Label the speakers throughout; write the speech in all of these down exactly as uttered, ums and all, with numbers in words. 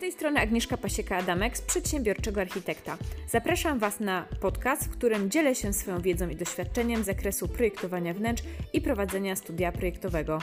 Speaker 1: tej strony Agnieszka Pasieka-Adamek z Przedsiębiorczego Architekta. Zapraszam Was na podcast, w którym dzielę się swoją wiedzą i doświadczeniem z zakresu projektowania wnętrz i prowadzenia studia projektowego.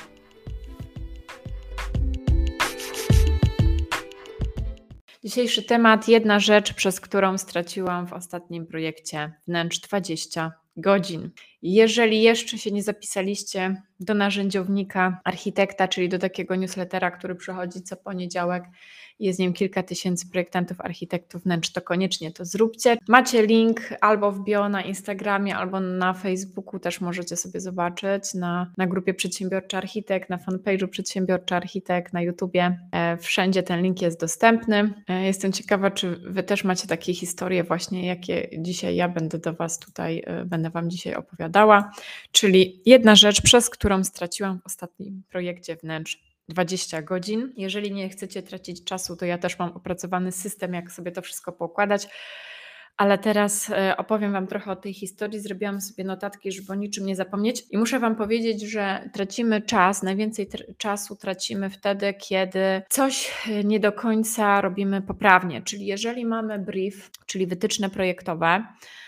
Speaker 1: Dzisiejszy temat, jedna rzecz, przez którą straciłam w ostatnim projekcie wnętrz dwadzieścia godzin. Jeżeli jeszcze się nie zapisaliście do narzędziownika architekta, czyli do takiego newslettera, który przychodzi co poniedziałek, jest w nim kilka tysięcy projektantów, architektów wnętrz, to koniecznie to zróbcie. Macie link albo w bio na Instagramie, albo na Facebooku też możecie sobie zobaczyć, na, na grupie Przedsiębiorczy Architekt, na fanpage'u Przedsiębiorczy Architekt, na YouTubie. E, wszędzie ten link jest dostępny. E, jestem ciekawa, czy Wy też macie takie historie właśnie, jakie dzisiaj ja będę do Was tutaj, e, będę Wam dzisiaj opowiadała. Czyli jedna rzecz, przez którą straciłam w ostatnim projekcie wnętrz dwadzieścia godzin. Jeżeli nie chcecie tracić czasu, to ja też mam opracowany system, jak sobie to wszystko poukładać, ale teraz opowiem Wam trochę o tej historii. Zrobiłam sobie notatki, żeby o niczym nie zapomnieć i muszę Wam powiedzieć, że tracimy czas, najwięcej tr- czasu tracimy wtedy, kiedy coś nie do końca robimy poprawnie, czyli jeżeli mamy brief, czyli wytyczne projektowe,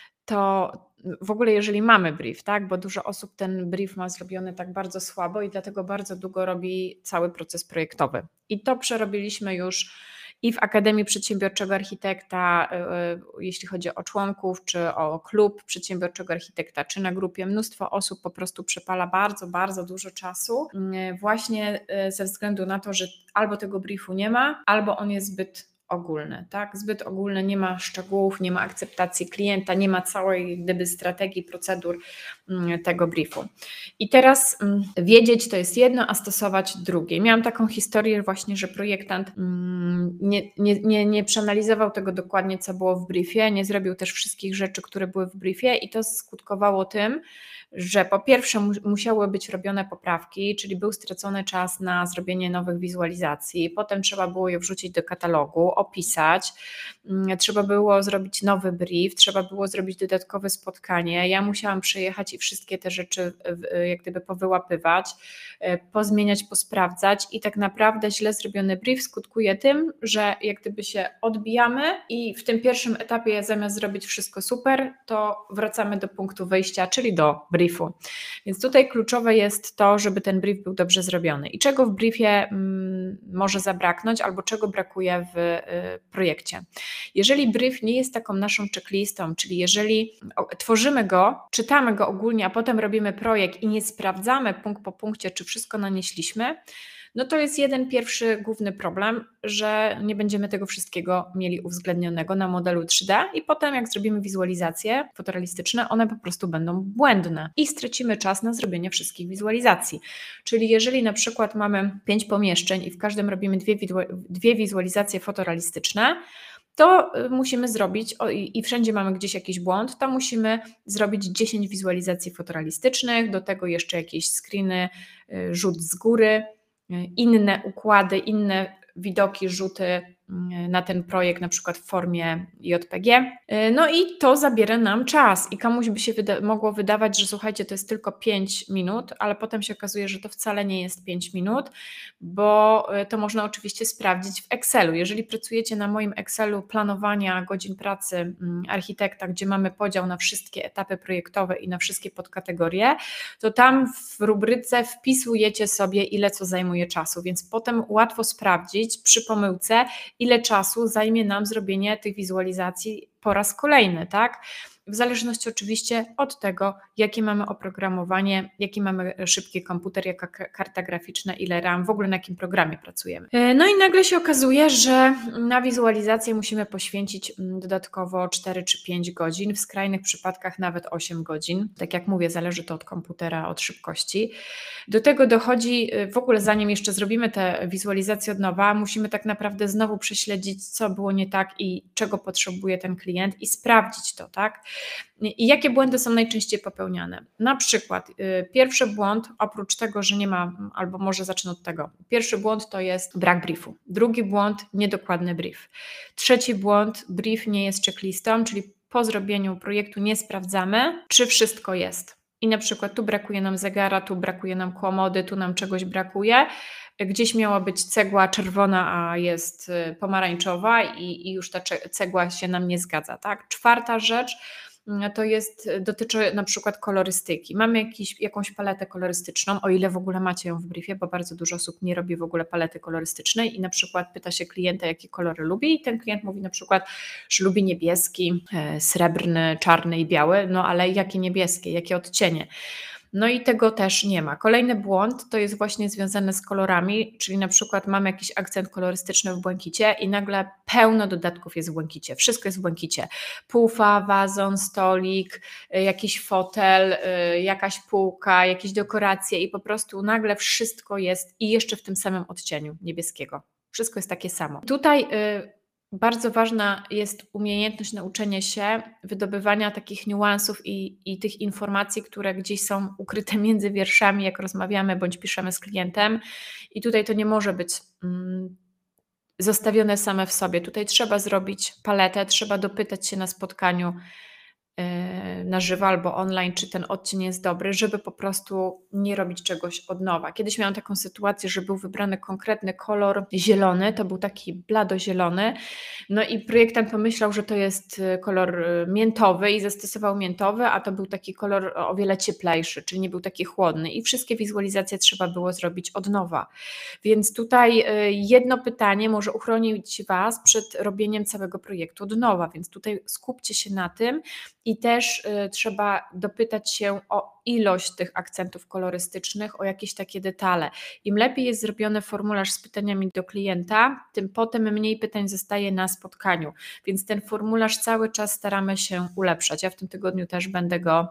Speaker 1: to w ogóle jeżeli mamy brief, tak, bo dużo osób ten brief ma zrobiony tak bardzo słabo i dlatego bardzo długo robi cały proces projektowy. I to przerobiliśmy już i w Akademii Przedsiębiorczego Architekta, yy, jeśli chodzi o członków, czy o klub Przedsiębiorczego Architekta, czy na grupie. Mnóstwo osób po prostu przepala bardzo, bardzo dużo czasu yy, właśnie yy, ze względu na to, że albo tego briefu nie ma, albo on jest zbyt ogólny, tak? Zbyt ogólny, nie ma szczegółów, nie ma akceptacji klienta, nie ma całej gdyby strategii, procedur tego briefu. I teraz um, wiedzieć to jest jedno, a stosować drugie. Miałam taką historię właśnie, że projektant um, nie, nie, nie, nie przeanalizował tego dokładnie, co było w briefie, nie zrobił też wszystkich rzeczy, które były w briefie i to skutkowało tym, że po pierwsze mu, musiały być robione poprawki, czyli był stracony czas na zrobienie nowych wizualizacji, potem trzeba było je wrzucić do katalogu, opisać, trzeba było zrobić nowy brief, trzeba było zrobić dodatkowe spotkanie, ja musiałam przyjechać i wszystkie te rzeczy jak gdyby powyłapywać, pozmieniać, posprawdzać i tak naprawdę źle zrobiony brief skutkuje tym, że jak gdyby się odbijamy i w tym pierwszym etapie zamiast zrobić wszystko super, to wracamy do punktu wyjścia, czyli do briefu. Więc tutaj kluczowe jest to, żeby ten brief był dobrze zrobiony. I czego w briefie mm, może zabraknąć albo czego brakuje w y, projekcie. Jeżeli brief nie jest taką naszą checklistą, czyli jeżeli o, tworzymy go, czytamy go ogólnie, a potem robimy projekt i nie sprawdzamy punkt po punkcie, czy wszystko nanieśliśmy, no to jest jeden pierwszy główny problem, że nie będziemy tego wszystkiego mieli uwzględnionego na modelu trzy D i potem jak zrobimy wizualizacje fotorealistyczne, one po prostu będą błędne i stracimy czas na zrobienie wszystkich wizualizacji. Czyli jeżeli na przykład mamy pięć pomieszczeń i w każdym robimy dwie, dwie wizualizacje fotorealistyczne, to musimy zrobić, o, i, i wszędzie mamy gdzieś jakiś błąd, to musimy zrobić dziesięć wizualizacji fotorealistycznych, do tego jeszcze jakieś screeny, y, rzut z góry, inne układy, inne widoki, rzuty na ten projekt, na przykład w formie J P G. No i to zabiera nam czas i komuś by się wyda- mogło wydawać, że słuchajcie, to jest tylko pięć minut, ale potem się okazuje, że to wcale nie jest pięć minut, bo to można oczywiście sprawdzić w Excelu. Jeżeli pracujecie na moim Excelu planowania godzin pracy architekta, gdzie mamy podział na wszystkie etapy projektowe i na wszystkie podkategorie, to tam w rubryce wpisujecie sobie, ile co zajmuje czasu, więc potem łatwo sprawdzić przy pomyłce, ile czasu zajmie nam zrobienie tych wizualizacji po raz kolejny, tak? W zależności oczywiście od tego, jakie mamy oprogramowanie, jaki mamy szybki komputer, jaka karta graficzna, ile RAM, w ogóle na jakim programie pracujemy. No i nagle się okazuje, że na wizualizację musimy poświęcić dodatkowo cztery czy pięć godzin, w skrajnych przypadkach nawet osiem godzin. Tak jak mówię, zależy to od komputera, od szybkości. Do tego dochodzi, w ogóle zanim jeszcze zrobimy tę wizualizację od nowa, musimy tak naprawdę znowu prześledzić, co było nie tak i czego potrzebuje ten klient i sprawdzić to, tak? I jakie błędy są najczęściej popełniane? Na przykład yy, pierwszy błąd, oprócz tego, że nie ma, albo może zacznę od tego, pierwszy błąd to jest brak briefu, drugi błąd niedokładny brief, trzeci błąd, brief nie jest checklistą, czyli po zrobieniu projektu nie sprawdzamy, czy wszystko jest. I na przykład tu brakuje nam zegara, tu brakuje nam kłamody, tu nam czegoś brakuje, Gdzieś miała być cegła czerwona, a jest y, pomarańczowa i, i już ta cze- cegła się nam nie zgadza, tak? Czwarta rzecz mm, to jest, dotyczy na przykład kolorystyki. Mamy jakiś, jakąś paletę kolorystyczną, o ile w ogóle macie ją w briefie, bo bardzo dużo osób nie robi w ogóle palety kolorystycznej i na przykład pyta się klienta, jakie kolory lubi i ten klient mówi na przykład, że lubi niebieski, e, srebrny, czarny i biały, no ale jakie niebieskie, jakie odcienie? No i tego też nie ma. Kolejny błąd to jest właśnie związany z kolorami, czyli na przykład mamy jakiś akcent kolorystyczny w błękicie i nagle pełno dodatków jest w błękicie. Wszystko jest w błękicie. Pufa, wazon, stolik, y, jakiś fotel, y, jakaś półka, jakieś dekoracje i po prostu nagle wszystko jest i jeszcze w tym samym odcieniu niebieskiego. Wszystko jest takie samo. Tutaj y, bardzo ważna jest umiejętność nauczenia się wydobywania takich niuansów i, i tych informacji, które gdzieś są ukryte między wierszami, jak rozmawiamy bądź piszemy z klientem. I tutaj to nie może być mm, zostawione same w sobie. Tutaj trzeba zrobić paletę, trzeba dopytać się na spotkaniu yy, na żywo albo online, czy ten odcień jest dobry, żeby po prostu nie robić czegoś od nowa. Kiedyś miałam taką sytuację, że był wybrany konkretny kolor zielony, to był taki bladozielony, no i projektant pomyślał, że to jest y, kolor y, miętowy i zastosował miętowy, a to był taki kolor o wiele cieplejszy, czyli nie był taki chłodny i wszystkie wizualizacje trzeba było zrobić od nowa. Więc tutaj y, jedno pytanie może uchronić Was przed robieniem całego projektu od nowa, więc tutaj skupcie się na tym i też y, trzeba dopytać się o ilość tych akcentów kolorystycznych, o jakieś takie detale. Im lepiej jest zrobiony formularz z pytaniami do klienta, tym potem mniej pytań zostaje na spotkaniu, więc ten formularz cały czas staramy się ulepszać. Ja w tym tygodniu też będę go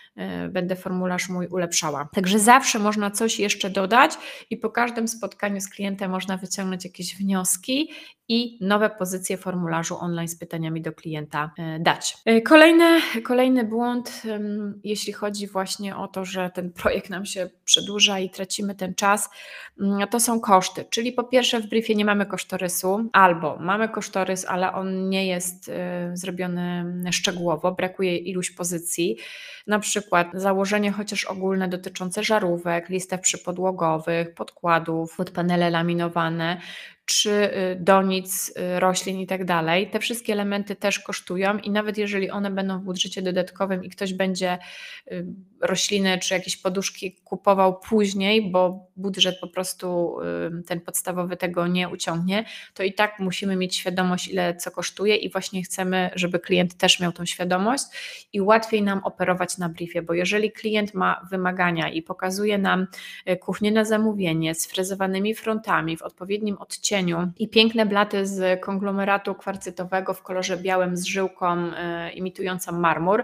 Speaker 1: y, będę formularz mój ulepszała. Także zawsze można coś jeszcze dodać i po każdym spotkaniu z klientem można wyciągnąć jakieś wnioski i nowe pozycje formularzu online z pytaniami do klienta y, dać. Y, Kolejny, kolejny błąd, ym, jeśli chodzi właśnie o to, że ten projekt nam się przedłuża i tracimy ten czas, ym, to są koszty. Czyli po pierwsze w briefie nie mamy kosztorysu, albo mamy kosztorys, ale on nie jest y, zrobiony szczegółowo, brakuje iluś pozycji, na przykład założenie chociaż ogólne dotyczące żarówek, listew przypodłogowych, podkładów, podpanele laminowane, czy y, donic, y, roślin i tak dalej. Te wszystkie elementy też kosztują i nawet jeżeli one będą w budżecie dodatkowym i ktoś będzie y, rośliny czy jakieś poduszki kupował później, bo budżet po prostu y, ten podstawowy tego nie uciągnie, to i tak musimy mieć świadomość, ile co kosztuje i właśnie chcemy, żeby klient też miał tą świadomość i łatwiej nam operować na briefie, bo jeżeli klient ma wymagania i pokazuje nam y, kuchnię na zamówienie z frezowanymi frontami w odpowiednim odcieniu i piękne blaty z konglomeratu kwarcytowego w kolorze białym z żyłką y, imitującą marmur,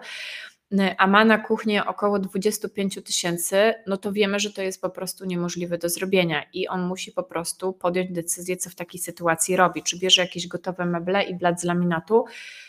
Speaker 1: y, a ma na kuchnię około dwadzieścia pięć tysięcy, no to wiemy, że to jest po prostu niemożliwe do zrobienia i on musi po prostu podjąć decyzję, co w takiej sytuacji robi. Czy bierze jakieś gotowe meble i blat z laminatu,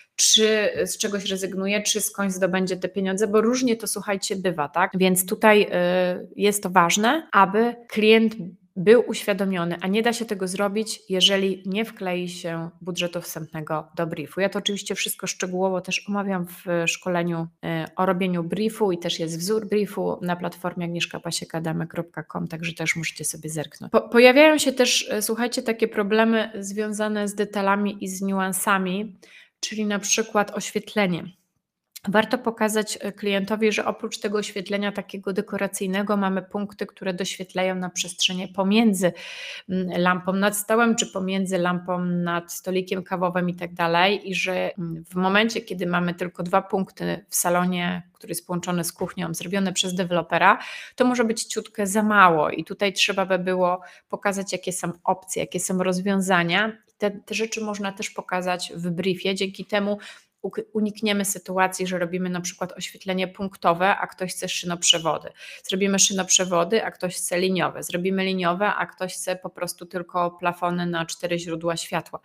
Speaker 1: czy z czegoś rezygnuje, czy skądś zdobędzie te pieniądze, bo różnie to, słuchajcie, bywa, tak? Więc tutaj y, jest to ważne, aby klient był uświadomiony, a nie da się tego zrobić, jeżeli nie wklei się budżetu wstępnego do briefu. Ja to oczywiście wszystko szczegółowo też omawiam w szkoleniu y, o robieniu briefu i też jest wzór briefu na platformie agnieszka pasiek adamy kropka com, także też możecie sobie zerknąć. Po, pojawiają się też, y, słuchajcie, takie problemy związane z detalami i z niuansami, czyli na przykład oświetlenie. Warto pokazać klientowi, że oprócz tego oświetlenia takiego dekoracyjnego mamy punkty, które doświetlają na przestrzenie pomiędzy mm, lampą nad stołem, czy pomiędzy lampą nad stolikiem kawowym i tak dalej i że mm, w momencie, kiedy mamy tylko dwa punkty w salonie, który jest połączony z kuchnią, zrobione przez dewelopera, to może być ciutkę za mało i tutaj trzeba by było pokazać, jakie są opcje, jakie są rozwiązania. Te, te rzeczy można też pokazać w briefie, dzięki temu unikniemy sytuacji, że robimy na przykład oświetlenie punktowe, a ktoś chce szynoprzewody. Zrobimy szynoprzewody, a ktoś chce liniowe. Zrobimy liniowe, a ktoś chce po prostu tylko plafony na cztery źródła światła.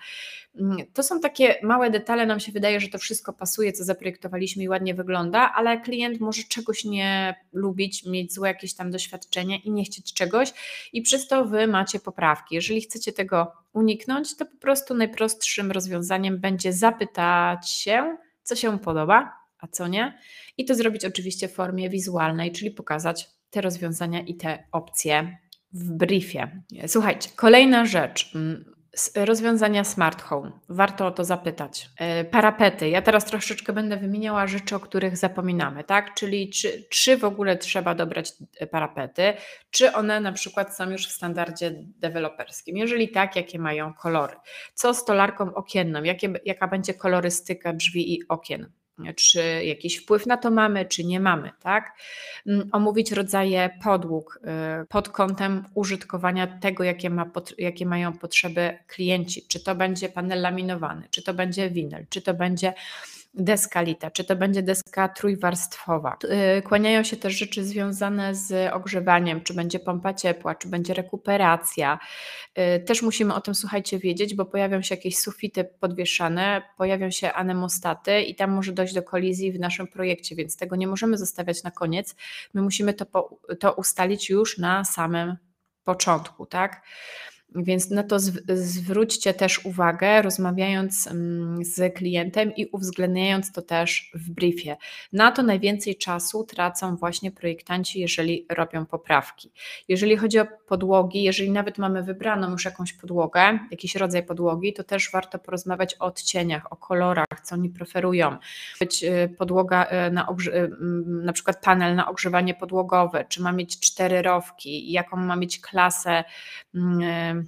Speaker 1: To są takie małe detale, nam się wydaje, że to wszystko pasuje, co zaprojektowaliśmy i ładnie wygląda, ale klient może czegoś nie lubić, mieć złe jakieś tam doświadczenie i nie chcieć czegoś i przez to Wy macie poprawki. Jeżeli chcecie tego uniknąć, to po prostu najprostszym rozwiązaniem będzie zapytać się, co się podoba, a co nie i to zrobić oczywiście w formie wizualnej, czyli pokazać te rozwiązania i te opcje w briefie. Słuchajcie, kolejna rzecz. mm, s- Rozwiązania smart home. Warto o to zapytać. E, Parapety. Ja teraz troszeczkę będę wymieniała rzeczy, o których zapominamy, tak? Czyli czy, czy w ogóle trzeba dobrać e, parapety, czy one na przykład są już w standardzie deweloperskim. Jeżeli tak, jakie mają kolory? Co z tolarką okienną? Jakie, jaka będzie kolorystyka drzwi i okien? Czy jakiś wpływ na to mamy, czy nie mamy, tak? Mm, Omówić rodzaje podłóg y, pod kątem użytkowania tego, jakie, ma, pot- jakie mają potrzeby klienci. Czy to będzie panel laminowany, czy to będzie winyl, czy to będzie deska lita, czy to będzie deska trójwarstwowa. Y, Kłaniają się też rzeczy związane z ogrzewaniem, czy będzie pompa ciepła, czy będzie rekuperacja. Y, Też musimy o tym, słuchajcie, wiedzieć, bo pojawią się jakieś sufity podwieszane, pojawią się anemostaty i tam może dojść do kolizji w naszym projekcie, więc tego nie możemy zostawiać na koniec. My musimy to, po, to ustalić już na samym początku, tak? Więc na to zw- zwróćcie też uwagę, rozmawiając mm, z klientem i uwzględniając to też w briefie. Na to najwięcej czasu tracą właśnie projektanci, jeżeli robią poprawki. Jeżeli chodzi o podłogi, jeżeli nawet mamy wybraną już jakąś podłogę, jakiś rodzaj podłogi, to też warto porozmawiać o odcieniach, o kolorach, co oni preferują. Być y, podłoga y, na, ogrze- y, mm, na przykład panel na ogrzewanie podłogowe, czy ma mieć cztery rowki, jaką ma mieć klasę mm,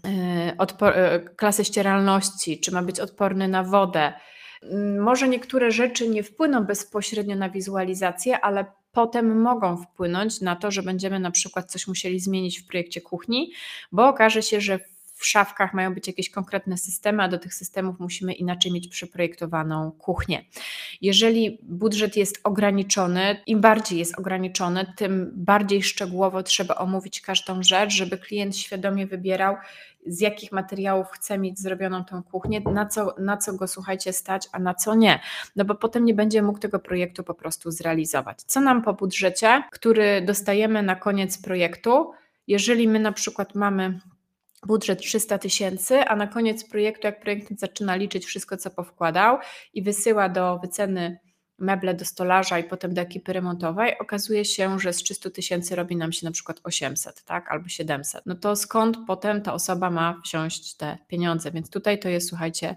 Speaker 1: e, odpo- e, klasę ścieralności, czy ma być odporny na wodę. Mm, Może niektóre rzeczy nie wpłyną bezpośrednio na wizualizację, ale potem mogą wpłynąć na to, że będziemy na przykład coś musieli zmienić w projekcie kuchni, bo okaże się, że w szafkach mają być jakieś konkretne systemy, a do tych systemów musimy inaczej mieć przeprojektowaną kuchnię. Jeżeli budżet jest ograniczony, im bardziej jest ograniczony, tym bardziej szczegółowo trzeba omówić każdą rzecz, żeby klient świadomie wybierał, z jakich materiałów chce mieć zrobioną tą kuchnię, na co, na co go, słuchajcie, stać, a na co nie. No bo potem nie będzie mógł tego projektu po prostu zrealizować. Co nam po budżecie, który dostajemy na koniec projektu, jeżeli my na przykład mamy budżet trzysta tysięcy, a na koniec projektu, jak projektant zaczyna liczyć wszystko, co powkładał i wysyła do wyceny meble do stolarza i potem do ekipy remontowej, okazuje się, że z trzysta tysięcy robi nam się na przykład osiemset, tak, albo siedemset. No to skąd potem ta osoba ma wziąć te pieniądze? Więc tutaj to jest, słuchajcie,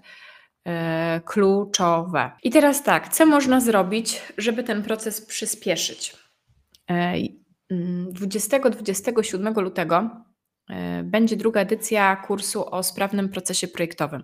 Speaker 1: e, kluczowe. I teraz tak, co można zrobić, żeby ten proces przyspieszyć? E, mm, dwudziestego do dwudziestego siódmego lutego e, będzie druga edycja kursu o sprawnym procesie projektowym.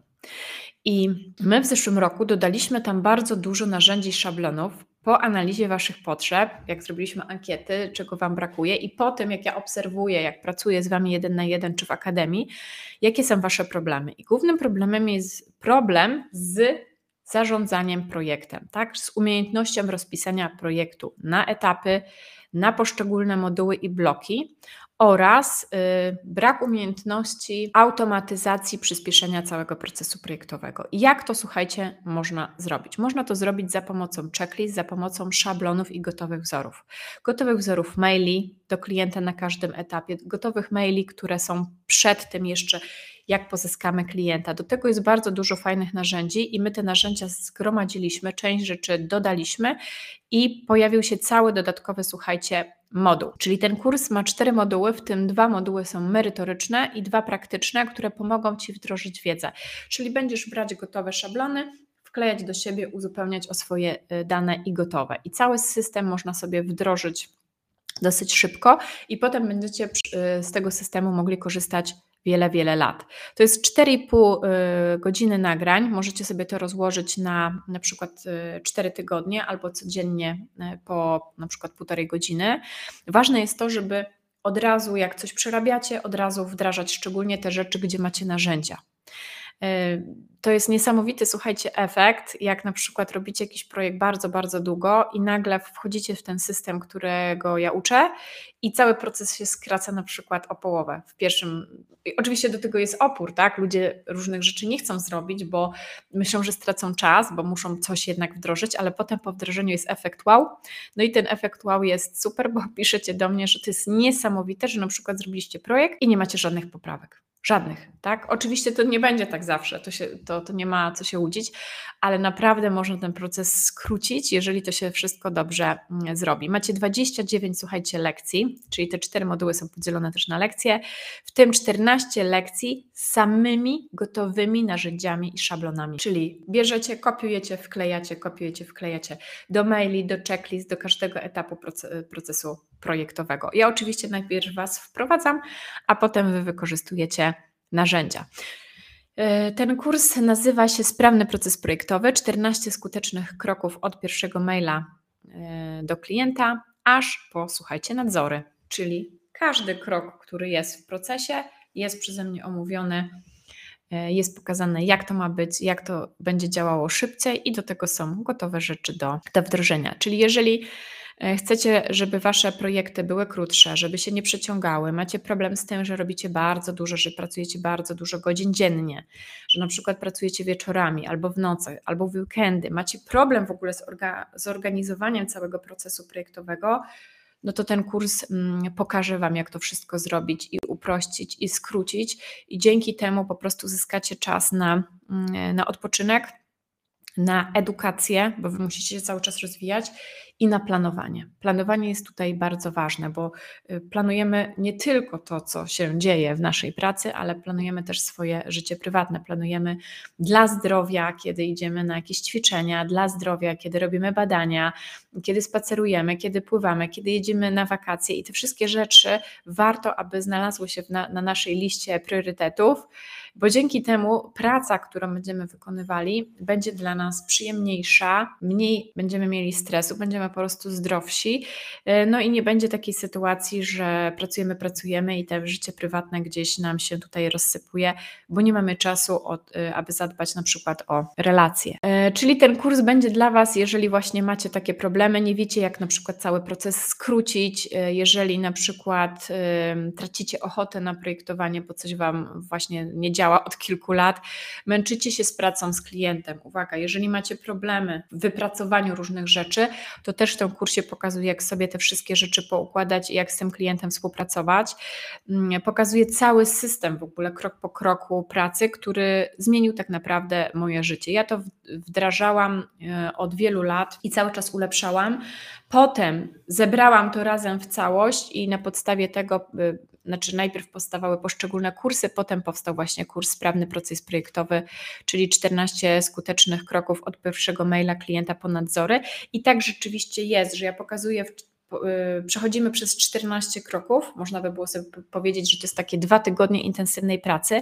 Speaker 1: I my w zeszłym roku dodaliśmy tam bardzo dużo narzędzi i szablonów po analizie Waszych potrzeb, jak zrobiliśmy ankiety, czego Wam brakuje i po tym, jak ja obserwuję, jak pracuję z Wami jeden na jeden czy w akademii, jakie są Wasze problemy. I głównym problemem jest problem z zarządzaniem projektem, tak? Z umiejętnością rozpisania projektu na etapy, na poszczególne moduły i bloki oraz y, brak umiejętności automatyzacji, przyspieszenia całego procesu projektowego. I jak to, słuchajcie, można zrobić? Można to zrobić za pomocą checklist, za pomocą szablonów i gotowych wzorów. Gotowych wzorów maili do klienta na każdym etapie, gotowych maili, które są przed tym jeszcze, jak pozyskamy klienta. Do tego jest bardzo dużo fajnych narzędzi i my te narzędzia zgromadziliśmy, część rzeczy dodaliśmy i pojawił się cały dodatkowy, słuchajcie, moduł. Czyli ten kurs ma cztery moduły, w tym dwa moduły są merytoryczne i dwa praktyczne, które pomogą Ci wdrożyć wiedzę. Czyli będziesz brać gotowe szablony, wklejać do siebie, uzupełniać o swoje y, dane i gotowe. I cały system można sobie wdrożyć dosyć szybko i potem będziecie z tego systemu mogli korzystać wiele, wiele lat. To jest cztery i pół y, godziny nagrań, możecie sobie to rozłożyć na na przykład y, cztery tygodnie albo codziennie y, po na przykład półtorej godziny. Ważne jest to, żeby od razu jak coś przerabiacie, od razu wdrażać szczególnie te rzeczy, gdzie macie narzędzia. To jest niesamowity, słuchajcie, efekt, jak na przykład robicie jakiś projekt bardzo, bardzo długo i nagle wchodzicie w ten system, którego ja uczę i cały proces się skraca na przykład o połowę. W pierwszym, oczywiście do tego jest opór, tak? Ludzie różnych rzeczy nie chcą zrobić, bo myślą, że stracą czas, bo muszą coś jednak wdrożyć, ale potem po wdrożeniu jest efekt wow. No i ten efekt wow jest super, bo piszecie do mnie, że to jest niesamowite, że na przykład zrobiliście projekt i nie macie żadnych poprawek. Żadnych, tak? Oczywiście to nie będzie tak zawsze, to, się, to to, to nie ma co się łudzić, ale naprawdę można ten proces skrócić, jeżeli to się wszystko dobrze mm, zrobi. Macie dwadzieścia dziewięć, słuchajcie, lekcji, czyli te cztery moduły są podzielone też na lekcje, w tym czternaście lekcji z samymi gotowymi narzędziami i szablonami, czyli bierzecie, kopiujecie, wklejacie, kopiujecie, wklejacie do maili, do checklist, do każdego etapu proce- procesu projektowego. Ja oczywiście najpierw Was wprowadzam, a potem Wy wykorzystujecie narzędzia. Ten kurs nazywa się Sprawny proces projektowy, czternaście skutecznych kroków od pierwszego maila do klienta, aż po, słuchajcie, nadzory, czyli każdy krok, który jest w procesie, jest przeze mnie omówiony, jest pokazane, jak to ma być, jak to będzie działało szybciej i do tego są gotowe rzeczy do, do wdrożenia. Czyli jeżeli chcecie, żeby Wasze projekty były krótsze, żeby się nie przeciągały, macie problem z tym, że robicie bardzo dużo, że pracujecie bardzo dużo godzin dziennie, że na przykład pracujecie wieczorami albo w nocy, albo w weekendy, macie problem w ogóle z orga- zorganizowaniem całego procesu projektowego, no to ten kurs mm, pokaże Wam, jak to wszystko zrobić i uprościć i skrócić i dzięki temu po prostu zyskacie czas na, mm, na odpoczynek, na edukację, bo Wy musicie się cały czas rozwijać i na planowanie. Planowanie jest tutaj bardzo ważne, bo planujemy nie tylko to, co się dzieje w naszej pracy, ale planujemy też swoje życie prywatne. Planujemy dla zdrowia, kiedy idziemy na jakieś ćwiczenia, dla zdrowia, kiedy robimy badania, kiedy spacerujemy, kiedy pływamy, kiedy jedziemy na wakacje i te wszystkie rzeczy warto, aby znalazły się na, na naszej liście priorytetów, bo dzięki temu praca, którą będziemy wykonywali, będzie dla nas przyjemniejsza, mniej będziemy mieli stresu, będziemy po prostu zdrowsi, no i nie będzie takiej sytuacji, że pracujemy, pracujemy i te życie prywatne gdzieś nam się tutaj rozsypuje, bo nie mamy czasu, od, aby zadbać na przykład o relacje. Czyli ten kurs będzie dla Was, jeżeli właśnie macie takie problemy, nie wiecie, jak na przykład cały proces skrócić, jeżeli na przykład tracicie ochotę na projektowanie, bo coś Wam właśnie nie działa od kilku lat, męczycie się z pracą z klientem. Uwaga, jeżeli macie problemy w wypracowaniu różnych rzeczy, to też w tym kursie pokazuję, jak sobie te wszystkie rzeczy poukładać i jak z tym klientem współpracować. Pokazuję cały system w ogóle krok po kroku pracy, który zmienił tak naprawdę moje życie. Ja to wdrażałam od wielu lat i cały czas ulepszałam. Potem zebrałam to razem w całość i na podstawie tego, znaczy najpierw powstawały poszczególne kursy, potem powstał właśnie kurs Sprawny proces projektowy, czyli czternaście skutecznych kroków od pierwszego maila klienta po nadzory. I tak rzeczywiście jest, że ja pokazuję, przechodzimy przez czternaście kroków, można by było sobie powiedzieć, że to jest takie dwa tygodnie intensywnej pracy,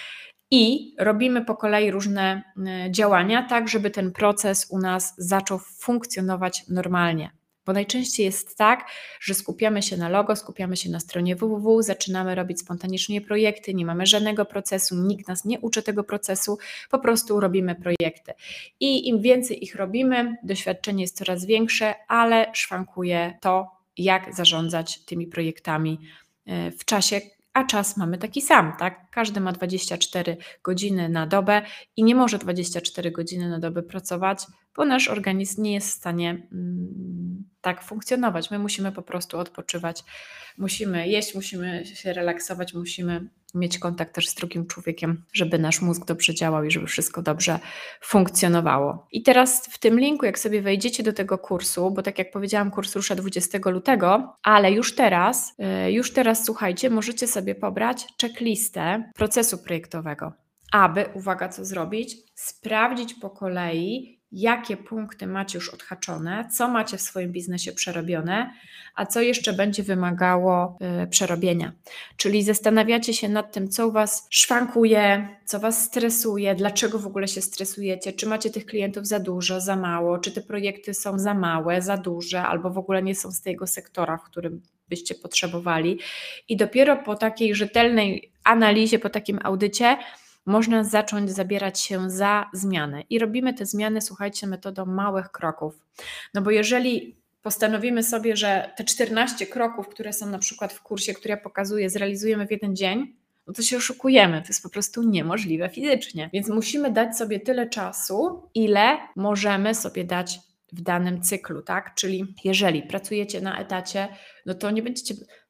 Speaker 1: i robimy po kolei różne działania, tak żeby ten proces u nas zaczął funkcjonować normalnie. Bo najczęściej jest tak, że skupiamy się na logo, skupiamy się na stronie www, zaczynamy robić spontanicznie projekty, nie mamy żadnego procesu, nikt nas nie uczy tego procesu, po prostu robimy projekty. I im więcej ich robimy, doświadczenie jest coraz większe, ale szwankuje to, jak zarządzać tymi projektami w czasie, a czas mamy taki sam, tak? Każdy ma dwadzieścia cztery godziny na dobę i nie może dwadzieścia cztery godziny na dobę pracować, bo nasz organizm nie jest w stanie mm, tak funkcjonować. My musimy po prostu odpoczywać, musimy jeść, musimy się relaksować, musimy mieć kontakt też z drugim człowiekiem, żeby nasz mózg dobrze działał i żeby wszystko dobrze funkcjonowało. I teraz w tym linku, jak sobie wejdziecie do tego kursu, bo tak jak powiedziałam, kurs rusza dwudziestego lutego, ale już teraz, już teraz słuchajcie, możecie sobie pobrać checklistę procesu projektowego, aby, uwaga, co zrobić, sprawdzić po kolei, jakie punkty macie już odhaczone, co macie w swoim biznesie przerobione, a co jeszcze będzie wymagało y, przerobienia. Czyli zastanawiacie się nad tym, co u Was szwankuje, co Was stresuje, dlaczego w ogóle się stresujecie, czy macie tych klientów za dużo, za mało, czy te projekty są za małe, za duże, albo w ogóle nie są z tego sektora, w którym byście potrzebowali. I dopiero po takiej rzetelnej analizie, po takim audycie można zacząć zabierać się za zmiany. I robimy te zmiany, słuchajcie, metodą małych kroków. No bo jeżeli postanowimy sobie, że te czternaście kroków, które są na przykład w kursie, który ja pokazuję, zrealizujemy w jeden dzień, no to się oszukujemy, to jest po prostu niemożliwe fizycznie. Więc musimy dać sobie tyle czasu, ile możemy sobie dać w danym cyklu, tak? Czyli jeżeli pracujecie na etacie, no to nie będziecie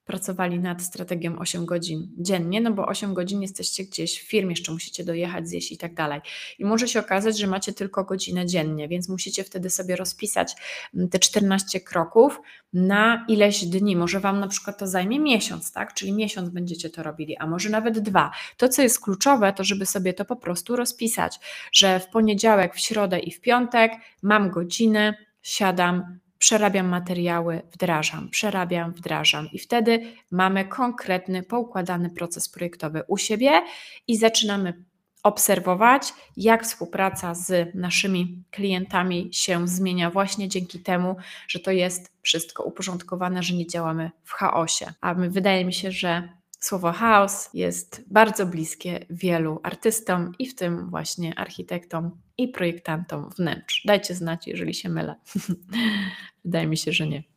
Speaker 1: pracowali nad strategią osiem godzin dziennie, no bo osiem godzin jesteście gdzieś w firmie, jeszcze musicie dojechać, zjeść i tak dalej. I może się okazać, że macie tylko godzinę dziennie, więc musicie wtedy sobie rozpisać te czternaście kroków na ileś dni. Może Wam na przykład to zajmie miesiąc, tak? Czyli miesiąc będziecie to robili, a może nawet dwa. To, co jest kluczowe, to żeby sobie to po prostu rozpisać, że w poniedziałek, w środę i w piątek mam godziny, siadam, przerabiam materiały, wdrażam, przerabiam, wdrażam i wtedy mamy konkretny, poukładany proces projektowy u siebie i zaczynamy obserwować, jak współpraca z naszymi klientami się zmienia właśnie dzięki temu, że to jest wszystko uporządkowane, że nie działamy w chaosie. A my, wydaje mi się, że słowo chaos jest bardzo bliskie wielu artystom i w tym właśnie architektom i projektantom wnętrz. Dajcie znać, jeżeli się mylę. Wydaje mi się, że nie,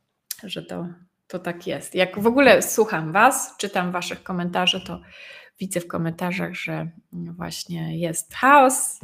Speaker 1: że to, to tak jest. Jak w ogóle słucham Was, czytam Waszych komentarzy, to widzę w komentarzach, że właśnie jest chaos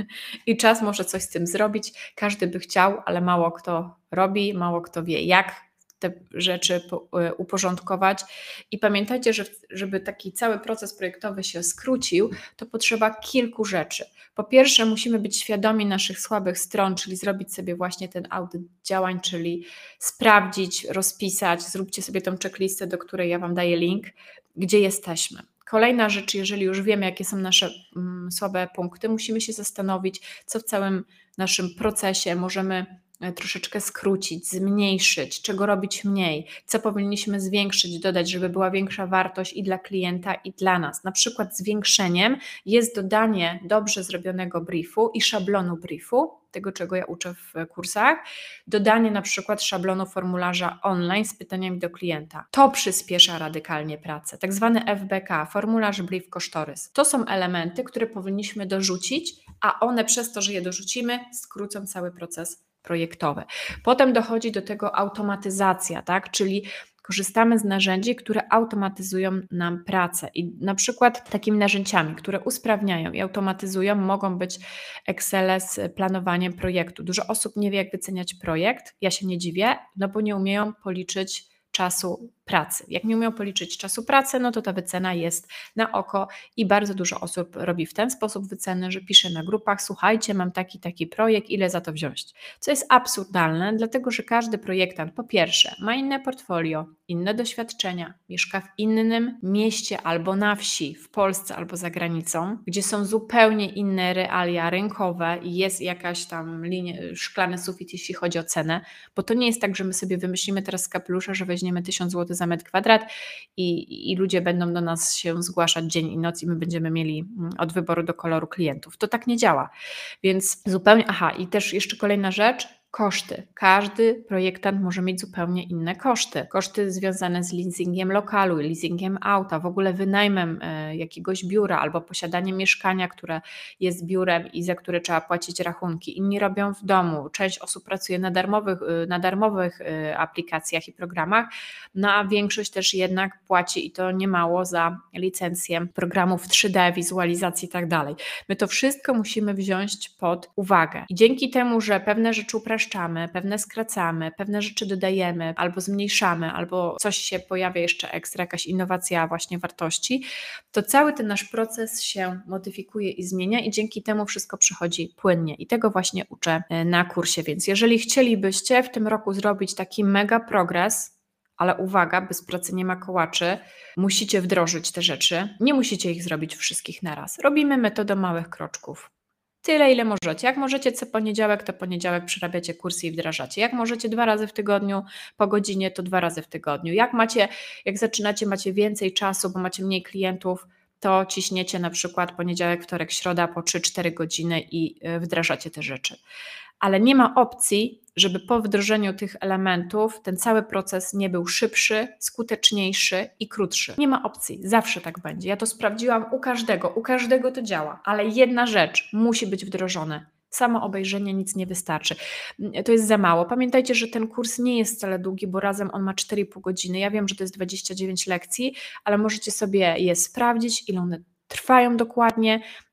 Speaker 1: i czas może coś z tym zrobić. Każdy by chciał, ale mało kto robi, mało kto wie, jak te rzeczy uporządkować. I pamiętajcie, że żeby taki cały proces projektowy się skrócił, to potrzeba kilku rzeczy. Po pierwsze, musimy być świadomi naszych słabych stron, czyli zrobić sobie właśnie ten audyt działań, czyli sprawdzić, rozpisać, zróbcie sobie tą checklistę, do której ja Wam daję link, gdzie jesteśmy. Kolejna rzecz, jeżeli już wiemy, jakie są nasze mm, słabe punkty, musimy się zastanowić, co w całym naszym procesie możemy troszeczkę skrócić, zmniejszyć, czego robić mniej, co powinniśmy zwiększyć, dodać, żeby była większa wartość i dla klienta, i dla nas. Na przykład zwiększeniem jest dodanie dobrze zrobionego briefu i szablonu briefu, tego czego ja uczę w kursach, dodanie na przykład szablonu formularza online z pytaniami do klienta. To przyspiesza radykalnie pracę. Tak zwany F B K, formularz, brief, kosztorys. To są elementy, które powinniśmy dorzucić, a one przez to, że je dorzucimy, skrócą cały proces projektowy. Potem dochodzi do tego automatyzacja, tak? Czyli korzystamy z narzędzi, które automatyzują nam pracę i na przykład takimi narzędziami, które usprawniają i automatyzują, mogą być Excel z planowaniem projektu. Dużo osób nie wie, jak wyceniać projekt, ja się nie dziwię, no bo nie umieją policzyć czasu pracy. Jak nie umieją policzyć czasu pracy, no to ta wycena jest na oko i bardzo dużo osób robi w ten sposób wyceny, że pisze na grupach: słuchajcie, mam taki, taki projekt, ile za to wziąć? Co jest absurdalne, dlatego że każdy projektant po pierwsze ma inne portfolio, inne doświadczenia, mieszka w innym mieście albo na wsi, w Polsce albo za granicą, gdzie są zupełnie inne realia rynkowe i jest jakaś tam linia, szklany sufit, jeśli chodzi o cenę, bo to nie jest tak, że my sobie wymyślimy teraz z kapelusza, że weźmiemy tysiąc złotych za metr kwadrat i, i ludzie będą do nas się zgłaszać dzień i noc i my będziemy mieli od wyboru do koloru klientów. To tak nie działa. Więc zupełnie, aha, i też jeszcze kolejna rzecz, koszty. Każdy projektant może mieć zupełnie inne koszty. Koszty związane z leasingiem lokalu, leasingiem auta, w ogóle wynajmem e, jakiegoś biura albo posiadaniem mieszkania, które jest biurem i za które trzeba płacić rachunki. Inni robią w domu. Część osób pracuje na darmowych, na darmowych e, aplikacjach i programach, no a większość też jednak płaci i to niemało za licencję programów trzy D, wizualizacji i tak dalej. My to wszystko musimy wziąć pod uwagę. I dzięki temu, że pewne rzeczy upraszczamy, pewne skracamy, pewne rzeczy dodajemy, albo zmniejszamy, albo coś się pojawia jeszcze ekstra, jakaś innowacja właśnie wartości, to cały ten nasz proces się modyfikuje i zmienia i dzięki temu wszystko przychodzi płynnie. I tego właśnie uczę na kursie. Więc jeżeli chcielibyście w tym roku zrobić taki mega progres, ale uwaga, bez pracy nie ma kołaczy, musicie wdrożyć te rzeczy, nie musicie ich zrobić wszystkich naraz. Robimy metodę małych kroczków. Tyle, ile możecie. Jak możecie co poniedziałek, to poniedziałek przerabiacie kursy i wdrażacie. Jak możecie dwa razy w tygodniu po godzinie, to dwa razy w tygodniu. Jak macie, jak zaczynacie, macie więcej czasu, bo macie mniej klientów, to ciśniecie na przykład poniedziałek, wtorek, środa po trzy cztery godziny i wdrażacie te rzeczy. Ale nie ma opcji, żeby po wdrożeniu tych elementów ten cały proces nie był szybszy, skuteczniejszy i krótszy. Nie ma opcji, zawsze tak będzie. Ja to sprawdziłam u każdego, u każdego to działa, ale jedna rzecz musi być wdrożona. Samo obejrzenie nic nie wystarczy. To jest za mało. Pamiętajcie, że ten kurs nie jest wcale długi, bo razem on ma cztery i pół godziny. Ja wiem, że to jest dwadzieścia dziewięć lekcji, ale możecie sobie je sprawdzić, ile one trwają dokładnie.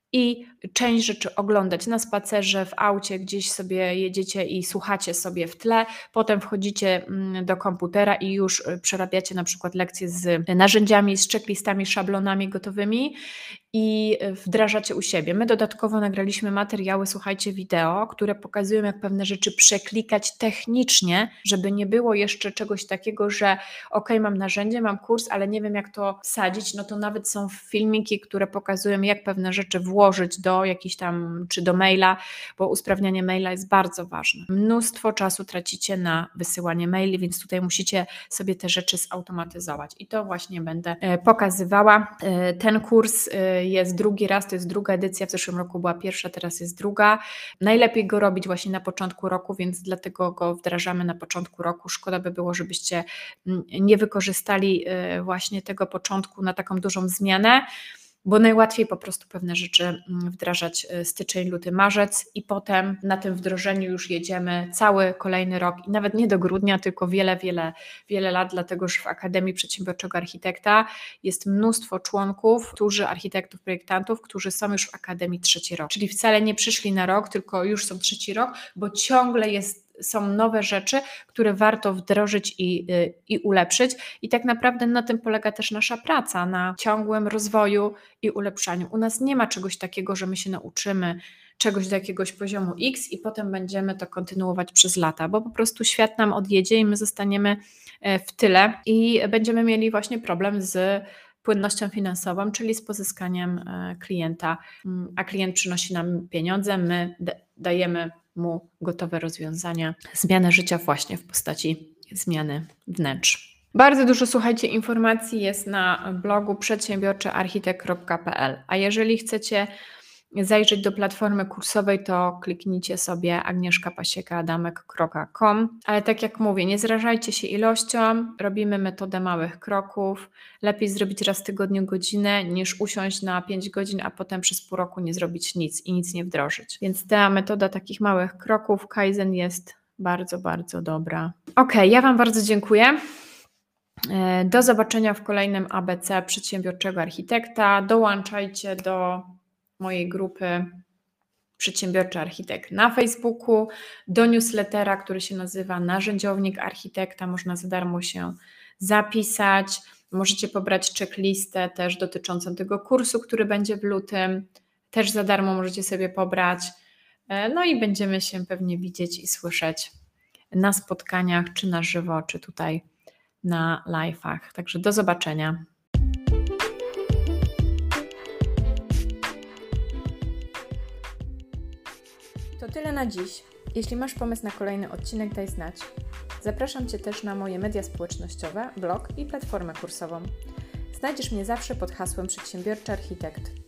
Speaker 1: i część rzeczy oglądać na spacerze, w aucie, gdzieś sobie jedziecie i słuchacie sobie w tle, potem wchodzicie do komputera i już przerabiacie na przykład lekcje z narzędziami, z checklistami, szablonami gotowymi i wdrażacie u siebie. My dodatkowo nagraliśmy materiały, słuchajcie, wideo, które pokazują, jak pewne rzeczy przeklikać technicznie, żeby nie było jeszcze czegoś takiego, że ok, mam narzędzie, mam kurs, ale nie wiem, jak to wsadzić, no to nawet są filmiki, które pokazują, jak pewne rzeczy włożyć do jakichś tam, czy do maila, bo usprawnianie maila jest bardzo ważne. Mnóstwo czasu tracicie na wysyłanie maili, więc tutaj musicie sobie te rzeczy zautomatyzować i to właśnie będę pokazywała. Ten kurs jest drugi raz, to jest druga edycja, w zeszłym roku była pierwsza, teraz jest druga. Najlepiej go robić właśnie na początku roku, więc dlatego go wdrażamy na początku roku. Szkoda by było, żebyście nie wykorzystali właśnie tego początku na taką dużą zmianę, bo najłatwiej po prostu pewne rzeczy wdrażać styczeń, luty, marzec i potem na tym wdrożeniu już jedziemy cały kolejny rok i nawet nie do grudnia, tylko wiele, wiele, wiele lat, dlatego że w Akademii Przedsiębiorczego Architekta jest mnóstwo członków, którzy, architektów, projektantów, którzy są już w Akademii trzeci rok, czyli wcale nie przyszli na rok, tylko już są trzeci rok, bo ciągle jest są nowe rzeczy, które warto wdrożyć i, i ulepszyć i tak naprawdę na tym polega też nasza praca, na ciągłym rozwoju i ulepszaniu. U nas nie ma czegoś takiego, że my się nauczymy czegoś do jakiegoś poziomu X i potem będziemy to kontynuować przez lata, bo po prostu świat nam odjedzie i my zostaniemy w tyle i będziemy mieli właśnie problem z płynnością finansową, czyli z pozyskaniem klienta, a klient przynosi nam pieniądze, my dajemy mu gotowe rozwiązania, zmianę życia właśnie w postaci zmiany wnętrz. Bardzo dużo, słuchajcie, informacji jest na blogu przedsiębiorczy architekt kropka p l, a jeżeli chcecie zajrzeć do platformy kursowej, to kliknijcie sobie agnieszka pasieka adamek kropka com, ale tak jak mówię, nie zrażajcie się ilością, robimy metodę małych kroków, lepiej zrobić raz w tygodniu godzinę, niż usiąść na pięć godzin, a potem przez pół roku nie zrobić nic i nic nie wdrożyć, więc ta metoda takich małych kroków, Kaizen, jest bardzo, bardzo dobra. Ok, ja Wam bardzo dziękuję. Do zobaczenia w kolejnym A B C Przedsiębiorczego Architekta. Dołączajcie do mojej grupy Przedsiębiorczy Architekt na Facebooku, do newslettera, który się nazywa Narzędziownik Architekta. Można za darmo się zapisać. Możecie pobrać checklistę też dotyczącą tego kursu, który będzie w lutym. Też za darmo możecie sobie pobrać. No i będziemy się pewnie widzieć i słyszeć na spotkaniach, czy na żywo, czy tutaj na live'ach. Także do zobaczenia. To tyle na dziś. Jeśli masz pomysł na kolejny odcinek, daj znać. Zapraszam Cię też na moje media społecznościowe, blog i platformę kursową. Znajdziesz mnie zawsze pod hasłem Przedsiębiorczy Architekt.